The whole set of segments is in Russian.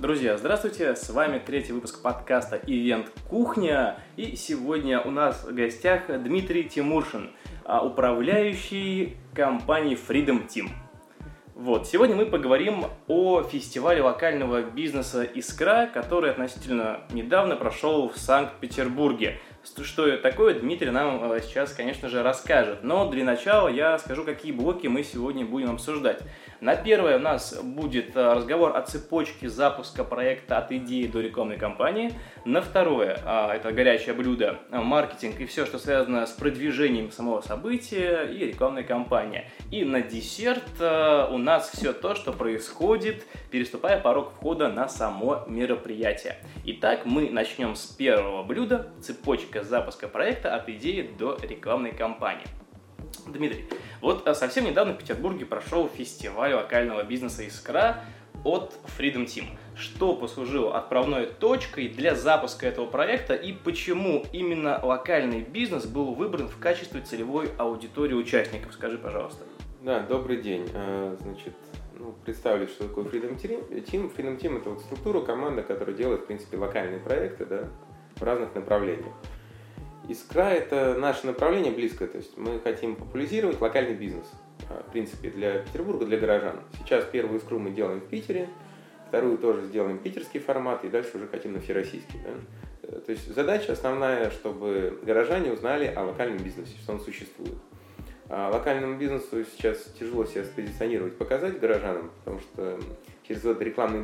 Друзья, здравствуйте, с вами третий выпуск подкаста «Ивент Кухня», и сегодня у нас в гостях Дмитрий Тимуршин, управляющий компанией Freedom Team. Сегодня мы поговорим о фестивале локального бизнеса «Искра», который относительно недавно прошел в Санкт-Петербурге. Что это такое, Дмитрий нам сейчас, конечно же, расскажет. Но для начала я скажу, какие блоки мы сегодня будем обсуждать. На первое у нас будет разговор о цепочке запуска проекта от идеи до рекламной кампании. На второе, это горячее блюдо, маркетинг и все, что связано с продвижением самого события и рекламной кампании. И на десерт у нас все то, что происходит, переступая порог входа на само мероприятие. Итак, мы начнем с первого блюда, цепочка запуска проекта от идеи до рекламной кампании. Дмитрий, совсем недавно в Петербурге прошел фестиваль локального бизнеса «Искра» от Freedom Team. Что послужило отправной точкой для запуска этого проекта и почему именно локальный бизнес был выбран в качестве целевой аудитории участников? Скажи, пожалуйста. Да, добрый день. Представлю, что такое Freedom Team. Freedom Team – это структура, команда, которая делает, в принципе, локальные проекты, в разных направлениях. «Искра» – это наше направление близкое, то есть мы хотим популяризировать локальный бизнес, в принципе, для Петербурга, для горожан. Сейчас первую «Искру» мы делаем в Питере, вторую тоже сделаем питерский формат, и дальше уже хотим на всероссийский. То есть задача основная, чтобы горожане узнали о локальном бизнесе, что он существует. А локальному бизнесу сейчас тяжело себя спозиционировать, показать горожанам, потому что через рекламные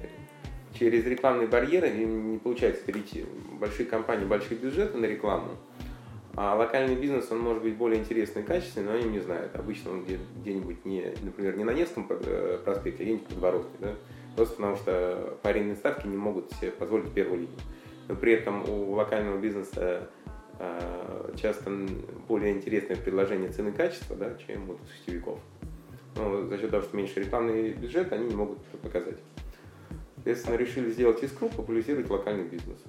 барьеры им не получается перейти. Большие компании, большие бюджеты на рекламу, а локальный бизнес, он может быть более интересный и качественный, но они не знают. Обычно он где-нибудь, например, не на Невском проспекте, а где-нибудь в Подворотне. Просто потому что по арендной ставке не могут себе позволить первую линию. Но при этом у локального бизнеса часто более интересное предложение цены и качества, чем у сетевиков. Но за счет того, что меньше рекламный бюджет, они не могут это показать. Соответственно, решили сделать «Искру», популяризировать локальный бизнес.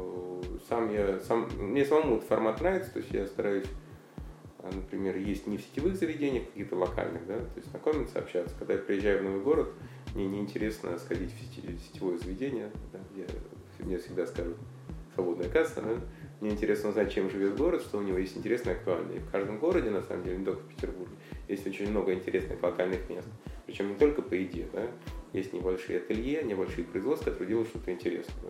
Мне самому этот формат нравится, то есть я стараюсь, например, есть не в сетевых заведениях, каких-то локальных, то есть знакомиться, общаться. Когда я приезжаю в новый город, мне неинтересно сходить в сетевое заведение, где мне всегда скажут «свободная касса», Мне интересно узнать, чем живет город, что у него есть интересное и актуальное. И в каждом городе, на самом деле, не только в Петербурге, есть очень много интересных локальных мест. Причем не только по еде, Есть небольшие ателье, небольшие производства, которые делают что-то интересное.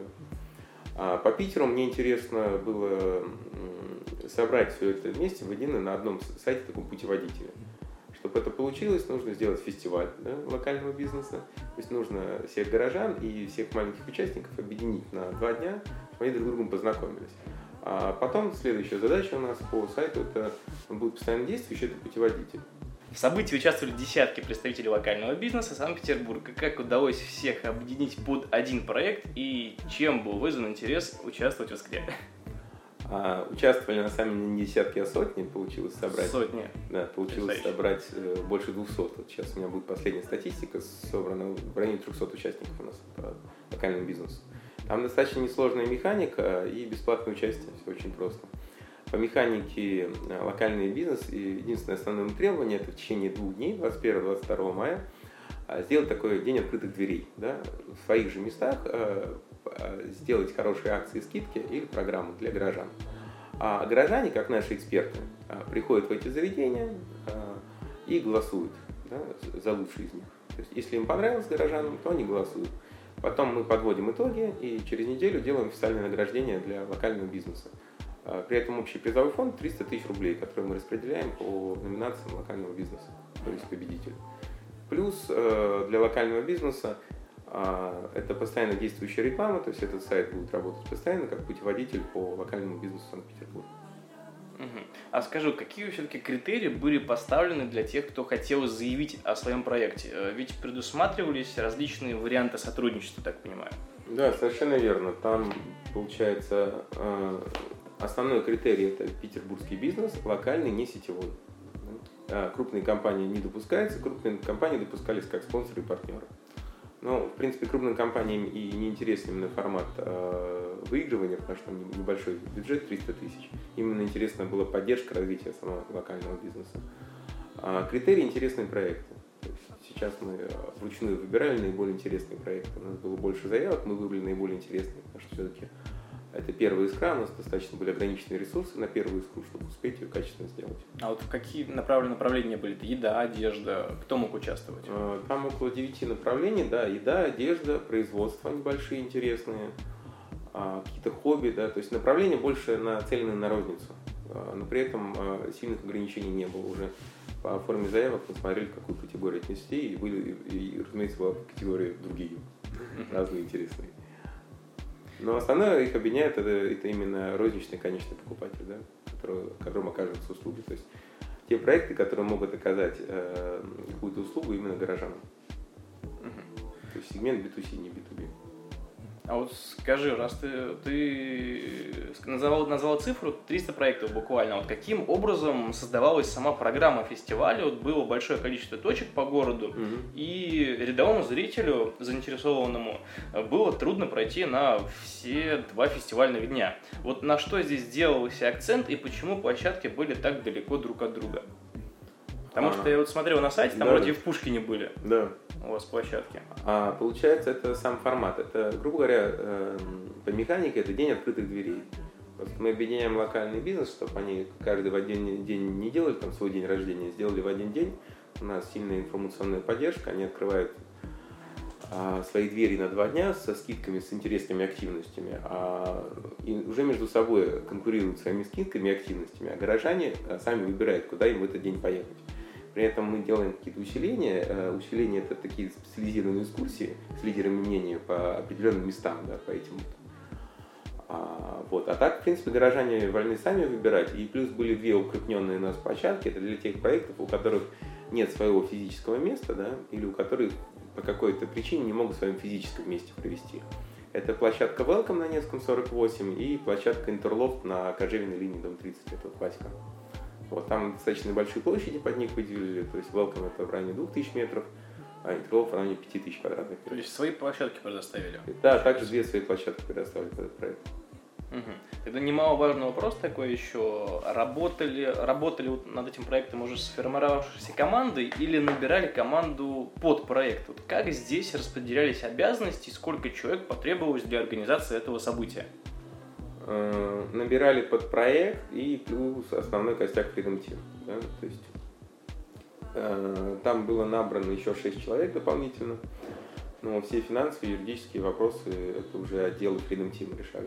А по Питеру мне интересно было собрать все это вместе воедино на одном сайте, таком путеводителе. Чтобы это получилось, нужно сделать фестиваль локального бизнеса. То есть нужно всех горожан и всех маленьких участников объединить на 2 дня, чтобы они друг с другом познакомились. А потом следующая задача у нас по сайту, это он будет постоянно действующий, это путеводитель. В событии участвовали десятки представителей локального бизнеса Санкт-Петербурга. Как удалось всех объединить под один проект и чем был вызван интерес участвовать в «Искре»? Участвовали на самом деле не десятки, а сотни. Получилось собрать. Сотни. Да, получилось собрать больше 200. Сейчас у меня будет последняя статистика, собрана в районе 300 участников у нас по локальному бизнесу. Там достаточно несложная механика и бесплатное участие, все очень просто. По механике локальный бизнес, и единственное основное требование – это в течение 2 дней, 21-22 мая, сделать такой день открытых дверей. В своих же местах сделать хорошие акции, скидки или программу для горожан. А горожане, как наши эксперты, приходят в эти заведения и голосуют за лучшие из них. То есть, если им понравилось горожанам, то они голосуют. Потом мы подводим итоги и через неделю делаем официальное награждение для локального бизнеса. При этом общий призовой фонд 300 тысяч рублей, который мы распределяем по номинациям локального бизнеса, то есть победитель. Плюс для локального бизнеса это постоянно действующая реклама, то есть этот сайт будет работать постоянно как путеводитель по локальному бизнесу Санкт-Петербурга. А скажу, какие все-таки критерии были поставлены для тех, кто хотел заявить о своем проекте? Ведь предусматривались различные варианты сотрудничества, так понимаю. Да, совершенно верно. Там, получается, основной критерий – это петербургский бизнес, локальный, не сетевой. Крупные компании не допускаются, крупные компании допускались как спонсоры и партнеры. Но, в принципе, крупным компаниям и не интересен именно формат выигрывания, потому что там небольшой бюджет, 300 тысяч. Именно интересна была поддержка развития самого локального бизнеса. Критерии – интересные проекты. То есть сейчас мы вручную выбирали наиболее интересные проекты. У нас было больше заявок, мы выбрали наиболее интересные, потому что все-таки это первая искра, у нас достаточно были ограниченные ресурсы на первую искру, чтобы успеть ее качественно сделать. А вот какие направления были? Это еда, одежда? Кто мог участвовать? Там около 9 направлений, да, еда, одежда, производства небольшие, интересные, какие-то хобби, да, то есть направления больше нацелены на розницу, но при этом сильных ограничений не было уже. По форме заявок мы смотрели, какую категорию отнести, и разумеется, была категория другие, разные интересные. Но основное их объединяет это именно розничный конечный покупатель, да, которому оказываются услуги. То есть те проекты, которые могут оказать какую-то услугу именно горожанам. То есть сегмент B2C, не B2B. А вот скажи, раз ты назвал цифру 300 проектов буквально, вот каким образом создавалась сама программа фестиваля? Вот было большое количество точек по городу, и рядовому зрителю, заинтересованному, было трудно пройти на все 2 фестивальных дня. Вот на что здесь делался акцент и почему площадки были так далеко друг от друга? Потому что я вот смотрел на сайте, там вроде и в Пушкине были. Да. У вас площадки. Получается, это сам формат. Это, грубо говоря, по механике это день открытых дверей. Просто мы объединяем локальный бизнес, чтобы они каждый в один день не делали там свой день рождения, сделали в один день. У нас сильная информационная поддержка, они открывают свои двери на 2 дня со скидками, с интересными активностями, и уже между собой конкурируют своими скидками и активностями, а горожане сами выбирают, куда им в этот день поехать. При этом мы делаем какие-то усиления. Усиления – это такие специализированные экскурсии с лидерами мнения по определенным местам, да, по этим. А так, в принципе, горожане вольны сами выбирать. И плюс были 2 укрепленные у нас площадки. Это для тех проектов, у которых нет своего физического места, да, или у которых по какой-то причине не могут в своем физическом месте провести. Это площадка Welcome на Невском 48 и площадка Interloft на Кожевенной линии, дом 30, это классика. Вот, там достаточно большие площади под них выделили, то есть Welcome это в районе 2000 метров, а Interloft в районе 5000 квадратных метров. То есть свои площадки предоставили? Да, также 2 свои площадки предоставили под этот проект. Это немаловажный вопрос такой еще. Работали вот над этим проектом уже сформировавшейся командой или набирали команду под проект? Вот как здесь распределялись обязанности и сколько человек потребовалось для организации этого события? Набирали под проект и плюс основной костяк Freedom Team. Да? То есть, там было набрано еще 6 человек дополнительно, но все финансовые, юридические вопросы это уже отделы Freedom Team решали.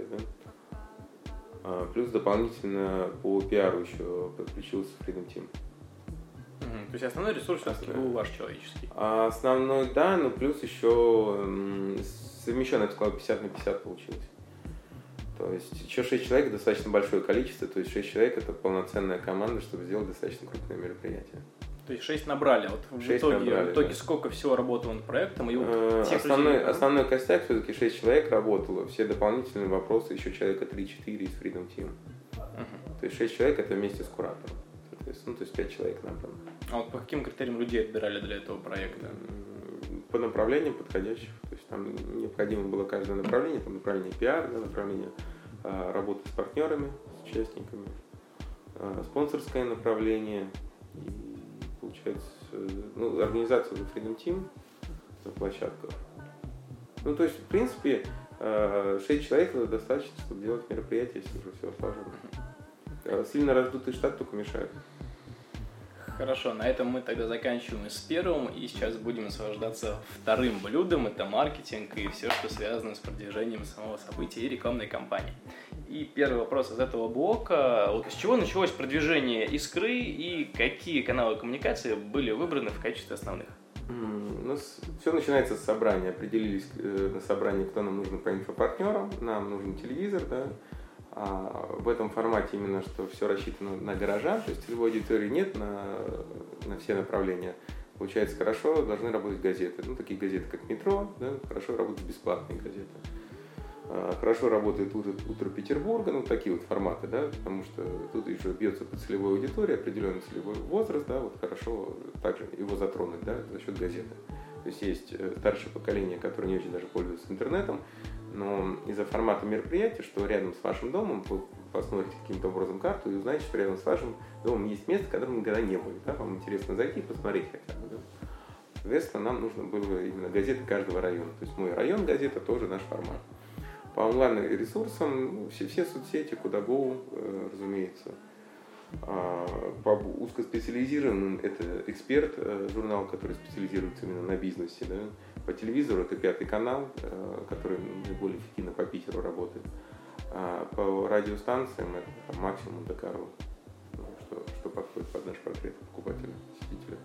Да? Плюс дополнительно по пиару еще подключился Freedom Team. То есть основной ресурс все-таки был ваш человеческий? Основной, да, но плюс еще совмещенно, я бы сказал, 50 на 50 получилось. То есть еще 6 человек достаточно большое количество, то есть 6 человек это полноценная команда, чтобы сделать достаточно крупное мероприятие. То есть 6 набрали. Вот в итоге да. Сколько всего работало над проектом? И вот основной костяк все-таки 6 человек работало, все дополнительные вопросы еще человека 3-4 из Freedom Team. То есть 6 человек это вместе с куратором. То есть 5 человек набрано. А вот по каким критериям людей отбирали для этого проекта? По направлениям подходящих. То есть там необходимо было каждое направление, там направление пиар, да, направление работы с партнерами, с участниками, спонсорское направление и получается организация Freedom Team на площадках. То есть, в принципе, 6 человек достаточно, чтобы делать мероприятие, если уже все отлажено. Сильно раздутый штат только мешает. Хорошо, на этом мы тогда заканчиваем с первым, и сейчас будем наслаждаться вторым блюдом. Это маркетинг и все, что связано с продвижением самого события и рекламной кампании. И первый вопрос из этого блока. Вот с чего началось продвижение Искры и какие каналы коммуникации были выбраны в качестве основных? Все начинается с собрания. Определились на собрании, кто нам нужен по инфопартнерам. Нам нужен телевизор, да. В этом формате именно, что все рассчитано на горожан, то есть целевой аудитории нет на все направления. Получается, хорошо должны работать газеты. Такие газеты, как «Метро», да, хорошо работают бесплатные газеты. Хорошо работает «Утро Петербурга», такие вот форматы, да, потому что тут еще бьется по целевой аудитории, определенный целевой возраст, да, вот хорошо также его затронуть, да, за счет газеты. То есть есть старшее поколение, которое не очень даже пользуется интернетом, но из-за формата мероприятия, что рядом с вашим домом, вы посмотрите каким-то образом карту и узнаете, что рядом с вашим домом есть место, в котором вы никогда не были. Да? Вам интересно зайти и посмотреть хотя бы. Да? Соответственно, нам нужно было именно газеты каждого района. То есть мой район газета тоже наш формат. По онлайн-ресурсам все соцсети, Куда.Go, разумеется. По узкоспециализированным это «Эксперт», журнал, который специализируется именно на бизнесе. Да? По телевизору это «Пятый канал», который наиболее эффективно по Питеру работает. По радиостанциям это «Максимум», «Дакару», что подходит под наш портрет покупателя, посетителя.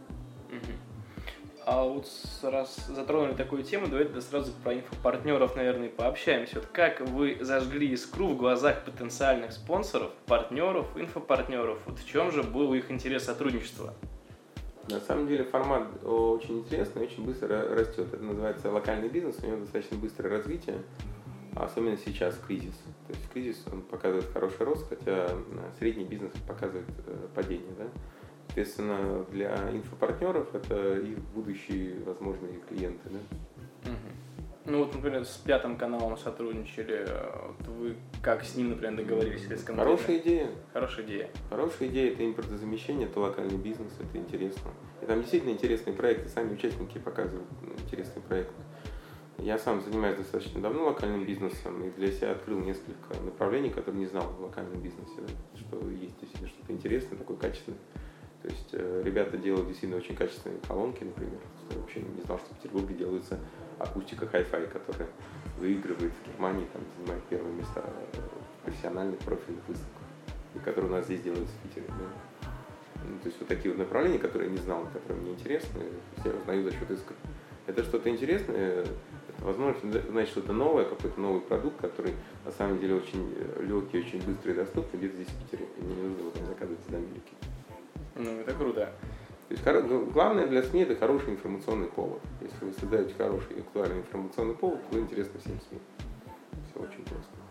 А вот раз затронули такую тему, давайте сразу про инфопартнеров, наверное, пообщаемся. Вот как вы зажгли искру в глазах потенциальных спонсоров, партнеров, инфопартнеров? Вот в чем же был их интерес сотрудничества? На самом деле формат очень интересный, очень быстро растет. Это называется локальный бизнес, у него достаточно быстрое развитие, особенно сейчас кризис. То есть кризис он показывает хороший рост, хотя средний бизнес показывает падение. Да? Соответственно, для инфопартнеров это их будущие возможные клиенты. Да? Ну вот, например, с Пятым каналом сотрудничали. Вот вы как с ним, например, договорились? Хорошая идея. Хорошая идея. Хорошая идея – это импортозамещение, это локальный бизнес, это интересно. И там действительно интересные проекты, сами участники показывают интересные проекты. Я сам занимаюсь достаточно давно локальным бизнесом и для себя открыл несколько направлений, которые не знал в локальном бизнесе, да? Что есть действительно что-то интересное, такое качественное. То есть ребята делают действительно очень качественные колонки, например. Я вообще не знал, что в Петербурге делается акустика Hi-Fi, которая выигрывает в Германии, там занимает первые места в профессиональных профильных выставках, и которые у нас здесь делаются в Питере. Да? Ну, то есть вот такие вот направления, которые я не знал, которые мне интересны, я узнаю за счет искр. Это что-то интересное, это возможность узнать что-то новое, какой-то новый продукт, который на самом деле очень легкий, очень быстрый и доступный где-то здесь в Питере. И мне не нужно его там заказывать из Америки. Ну, это круто. То есть главное для СМИ – это хороший информационный повод. Если вы создаете хороший и актуальный информационный повод, то интересно всем СМИ. Все очень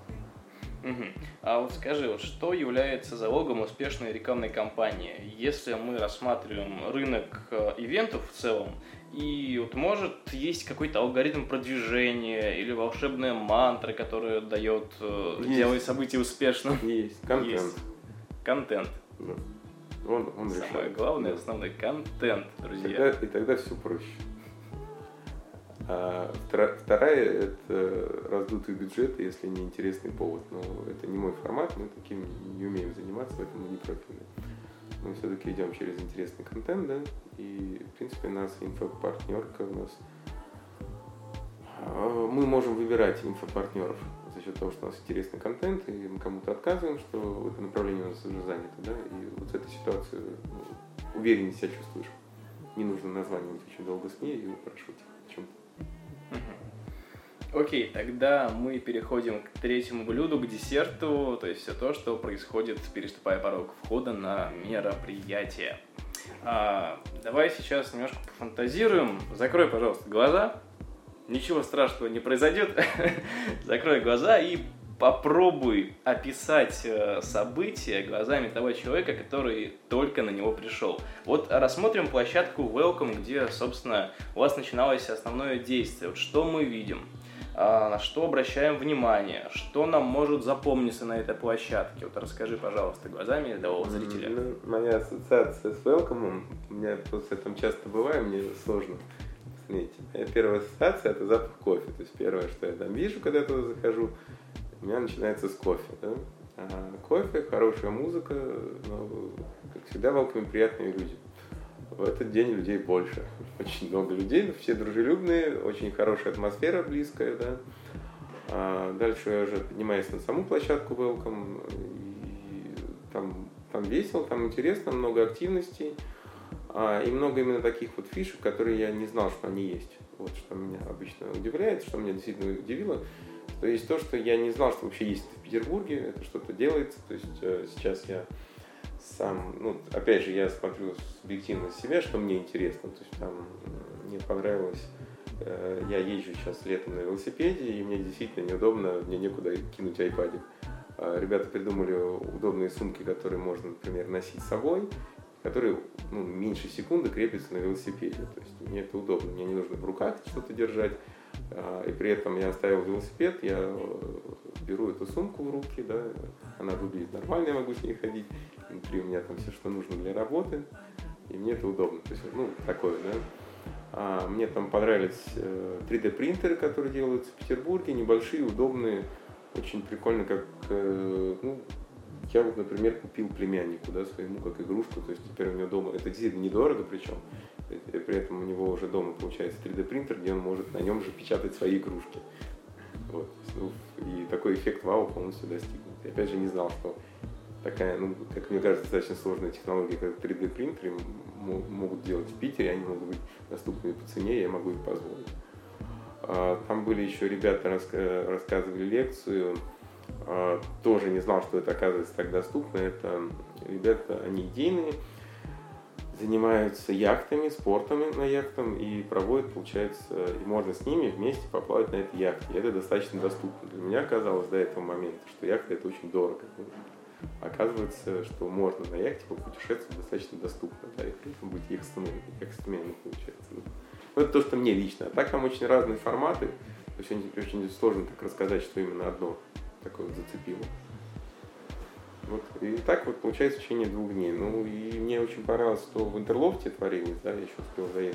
просто. А вот скажи, вот что является залогом успешной рекламной кампании? Если мы рассматриваем рынок ивентов в целом, и вот может есть какой-то алгоритм продвижения или волшебная мантра, которая делает событие успешным? Есть. Контент. Контент. Да. Он Самое решает. главное, основной контент, друзья. И тогда все проще. А вторая – это раздутый бюджет, если не интересный повод. Но это не мой формат, мы таким не умеем заниматься, поэтому не профильны. Мы все-таки идем через интересный контент, да, и, в принципе, у нас инфопартнерка у нас. Мы можем выбирать инфопартнеров за счет того, что у нас интересный контент, и мы кому-то отказываем, что это направление у нас уже занято, да, и вот с этой ситуацией увереннее себя чувствуешь. Не нужно названивать очень долго СМИ и упрашивать о чем-то. Окей, тогда мы переходим к третьему блюду, к десерту, то есть все то, что происходит, переступая порог входа на мероприятие. Давай сейчас немножко пофантазируем. Закрой, пожалуйста, глаза. Ничего страшного не произойдет. Закрой глаза и попробуй описать события глазами того человека, который только на него пришел. Вот рассмотрим площадку Welcome, где, собственно, у вас начиналось основное действие. Вот что мы видим, на что обращаем внимание, что нам может запомниться на этой площадке. Вот расскажи, пожалуйста, глазами рядового зрителя. Моя ассоциация с Welcome, у меня просто там часто бывает, мне сложно. Смотрите, моя первая ассоциация – это запах кофе. То есть первое, что я там вижу, когда я туда захожу, у меня начинается с кофе. Да? Кофе, хорошая музыка, но, как всегда, Welcome приятные люди. В этот день людей больше. Очень много людей, все дружелюбные, очень хорошая атмосфера близкая. Да? Дальше я уже поднимаюсь на саму площадку Welcome. И там весело, там интересно, много активностей. И много именно таких вот фишек, которые я не знал, что они есть. Вот что меня обычно удивляет, что меня действительно удивило. То есть то, что я не знал, что вообще есть в Петербурге, это что-то делается. То есть сейчас я сам, опять же, я смотрю субъективно себя, что мне интересно. То есть там мне понравилось, я езжу сейчас летом на велосипеде, и мне действительно неудобно, мне некуда кинуть айпадик. Ребята придумали удобные сумки, которые можно, например, носить с собой, которые меньше секунды крепятся на велосипеде. То есть мне это удобно, мне не нужно в руках что-то держать. И при этом я оставил велосипед, я беру эту сумку в руки, да, она выглядит нормально, я могу с ней ходить. Внутри у меня там все, что нужно для работы, и мне это удобно. То есть, такое, да. Мне там понравились 3D принтеры, которые делаются в Петербурге, небольшие, удобные, очень прикольно, как, я вот, например, купил племяннику, да, своему как игрушку, то есть теперь у него дома, это действительно недорого причем, при этом у него уже дома получается 3D принтер, где он может на нем же печатать свои игрушки. Вот. И такой эффект вау полностью достигнут. И опять же не знал, что такая, как мне кажется, достаточно сложная технология, как 3D принтеры могут делать в Питере, они могут быть доступны по цене, я могу их позволить. Там были еще ребята, рассказывали лекцию, тоже не знал, что это оказывается так доступно. Это ребята, они идейные, занимаются яхтами, спортом на яхтах и проводят, получается, и можно с ними вместе поплавать на этой яхте. И это достаточно доступно. Для меня казалось до этого момента, что яхта это очень дорого. Оказывается, что можно на яхте попутешествовать достаточно доступно, да, и при этом быть экстремально получается. Это то, что мне лично. А так там очень разные форматы, то есть очень сложно так рассказать, что именно одно такое вот зацепило. Вот. И так вот получается в течение 2 дней. И мне очень понравилось, что в Интерлофте творилось, да, я еще успел заехать.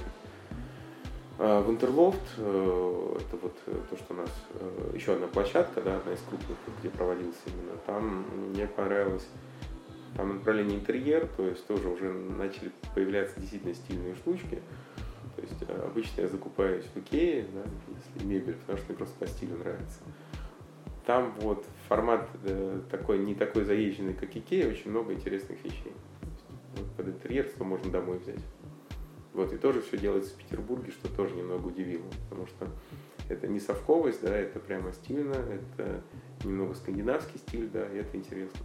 В Интерлофт, это вот то, что у нас еще одна площадка, да, одна из крупных, где проводился именно, там мне понравилось, там направление интерьер, то есть тоже уже начали появляться действительно стильные штучки. То есть обычно я закупаюсь в Икее, да, если мебель, потому что мне просто по стилю нравится. Там вот формат такой, не такой заезженный, как Икея, очень много интересных вещей. Вот под интерьер, что можно домой взять. Вот, и тоже все делается в Петербурге, что тоже немного удивило, потому что это не совковость, да, это прямо стильно, это немного скандинавский стиль, да, и это интересно.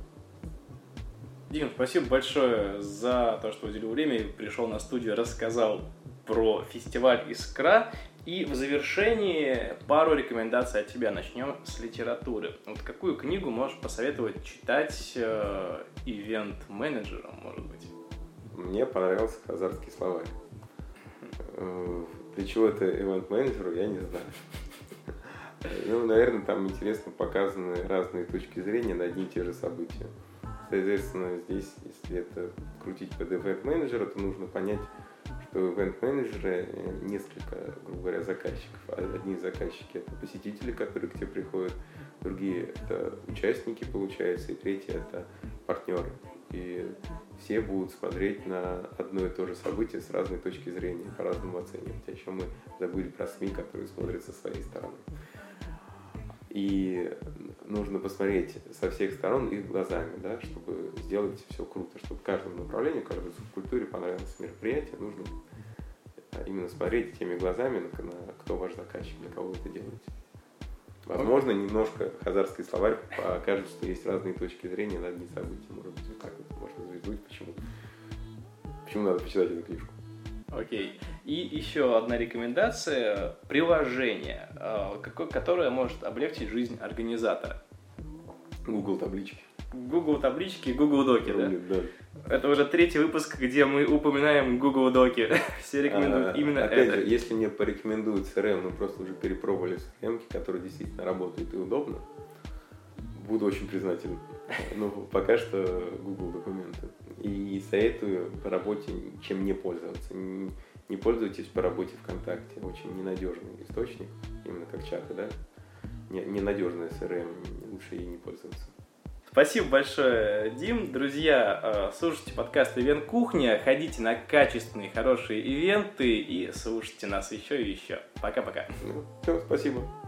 Дим, спасибо большое за то, что уделил время, пришел на студию, рассказал про фестиваль «Искра». И в завершении пару рекомендаций от тебя. Начнем с литературы. Вот какую книгу можешь посоветовать читать ивент-менеджерам, может быть? Мне понравился «Хазарский словарь». Для чего это ивент-менеджеру, я не знаю. Наверное, там интересно показаны разные точки зрения на одни и те же события. Соответственно, здесь, если это крутить под ивент-менеджера, то нужно понять, что ивент-менеджеры несколько, грубо говоря, заказчиков. Одни заказчики — это посетители, которые к тебе приходят, другие — это участники, получается, и третьи — это партнеры. И все будут смотреть на одно и то же событие с разной точки зрения, по-разному оценивать. А еще мы забыли про СМИ, которые смотрят со своей стороны. И нужно посмотреть со всех сторон их глазами, да, чтобы сделать все круто, чтобы каждому направлению, каждой субкультуре понравилось мероприятие. Нужно именно смотреть теми глазами, на кто ваш заказчик, для кого вы это делаете. Возможно, немножко хазарский словарь покажет, что есть разные точки зрения на одни события. Может быть, вот так вот можно звездуть. Почему надо почитать эту книжку? Окей. И еще одна рекомендация – приложение, которое может облегчить жизнь организатора. Google таблички. Google таблички, Google доки, да? Да. Это уже 3-й выпуск, где мы упоминаем Google доки. Все рекомендуют именно опять это. Опять же, если мне порекомендуют CRM, мы просто уже перепробовали CRM, которые действительно работают и удобно, буду очень признателен. Но пока что Google документы. И советую по работе чем не пользоваться. Не пользуйтесь по работе ВКонтакте. Очень ненадежный источник, именно как чаты, да? Ненадежная CRM, лучше ей не пользоваться. Спасибо большое, Дим. Друзья, слушайте подкаст «Ивент Кухня», ходите на качественные, хорошие ивенты и слушайте нас еще и еще. Пока-пока. Все, спасибо.